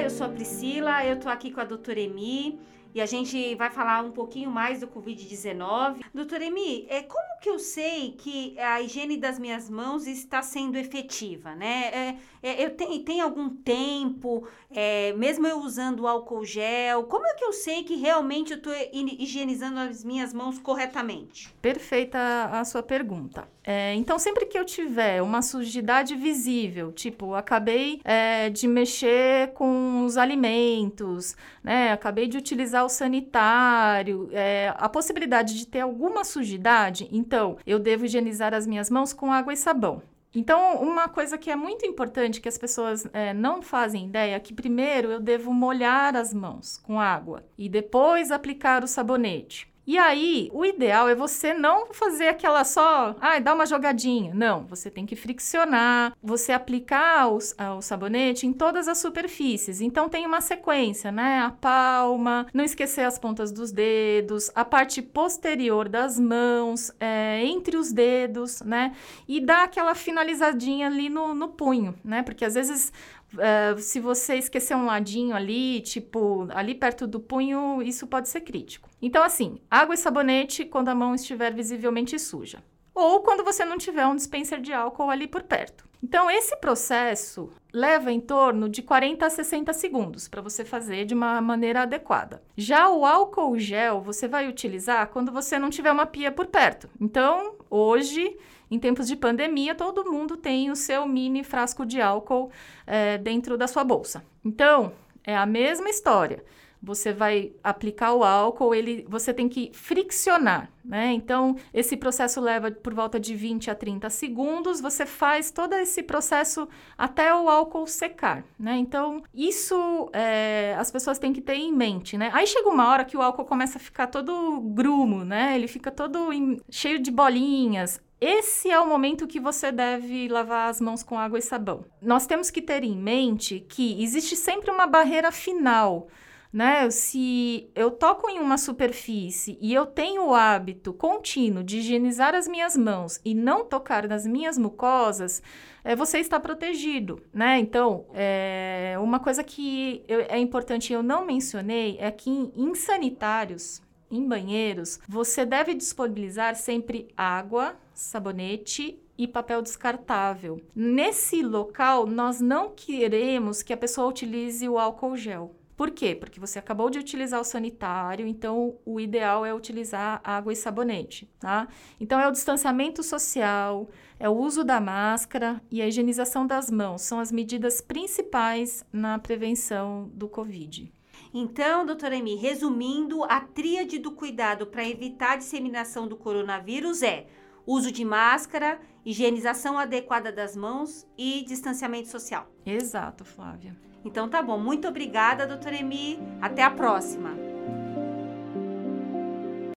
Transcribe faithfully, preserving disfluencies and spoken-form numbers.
eu sou a Priscila, eu tô aqui com a doutora Emi e a gente vai falar um pouquinho mais do covid dezenove. Doutora Emi, é, como que eu sei que a higiene das minhas mãos está sendo efetiva, né? É, é, eu tenho, tem algum tempo, é, mesmo eu usando o álcool gel, como é que eu sei que realmente eu estou higienizando as minhas mãos corretamente? Perfeita a sua pergunta. É, então, sempre que eu tiver uma sujidade visível, tipo, acabei é, de mexer com os alimentos, né, acabei de utilizar o sanitário, é, a possibilidade de ter alguma sujidade, então, eu devo higienizar as minhas mãos com água e sabão. Então, uma coisa que é muito importante que as pessoas é, não fazem ideia é que primeiro eu devo molhar as mãos com água e depois aplicar o sabonete. E aí, o ideal é você não fazer aquela só, ah, dá uma jogadinha. Não, você tem que friccionar, você aplicar o, o sabonete em todas as superfícies. Então, tem uma sequência, né? A palma, não esquecer as pontas dos dedos, a parte posterior das mãos, é, entre os dedos, né? E dar aquela finalizadinha ali no, no punho, né? Porque às vezes... Uh, se você esquecer um ladinho ali, tipo, ali perto do punho, isso pode ser crítico. Então, assim, água e sabonete quando a mão estiver visivelmente suja. Ou quando você não tiver um dispenser de álcool ali por perto. Então, esse processo leva em torno de quarenta a sessenta segundos para você fazer de uma maneira adequada. Já o álcool gel, você vai utilizar quando você não tiver uma pia por perto. Então, hoje... Em tempos de pandemia, todo mundo tem o seu mini frasco de álcool é, dentro da sua bolsa. Então, é a mesma história. Você vai aplicar o álcool, ele, você tem que friccionar, né? Então, esse processo leva por volta de vinte a trinta segundos. Você faz todo esse processo até o álcool secar, né? Então, isso é, as pessoas têm que ter em mente, né? Aí chega uma hora que o álcool começa a ficar todo grumo, né? Ele fica todo em, cheio de bolinhas. Esse é o momento que você deve lavar as mãos com água e sabão. Nós temos que ter em mente que existe sempre uma barreira final, né? Se eu toco em uma superfície e eu tenho o hábito contínuo de higienizar as minhas mãos e não tocar nas minhas mucosas, é, você está protegido, né? Então, é, uma coisa que eu, é importante e eu não mencionei é que em, em sanitários, em banheiros, você deve disponibilizar sempre água, sabonete e papel descartável. Nesse local, nós não queremos que a pessoa utilize o álcool gel. Por quê? Porque você acabou de utilizar o sanitário, então o ideal é utilizar água e sabonete, tá? Então, é o distanciamento social, é o uso da máscara e a higienização das mãos. São as medidas principais na prevenção do Covid. Então, doutora Emi, resumindo, a tríade do cuidado para evitar a disseminação do coronavírus é uso de máscara, higienização adequada das mãos e distanciamento social. Exato, Flávia. Então tá bom, muito obrigada, doutora Emi. Até a próxima.